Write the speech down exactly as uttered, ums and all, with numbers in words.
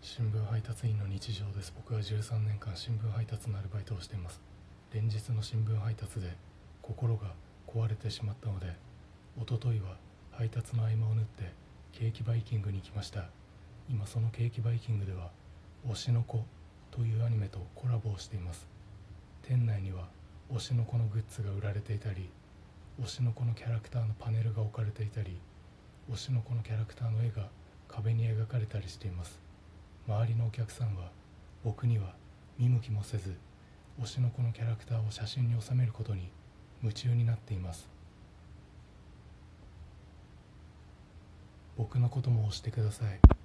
新聞配達員の日常です。僕はじゅうさんねんかん新聞配達のアルバイトをしています。連日の新聞配達で心が壊れてしまったので、一昨日は配達の合間を縫ってケーキバイキングに来ました。今そのケーキバイキングでは推しの子というアニメとコラボをしています。店内には推しの子のグッズが売られていたり、推しの子のキャラクターのパネルが置かれていたり、推しの子のキャラクターの絵が壁に描かれたりしています。周りのお客さんは僕には見向きもせず、推しの子のキャラクターを写真に収めることに夢中になっています。僕のことも推してください。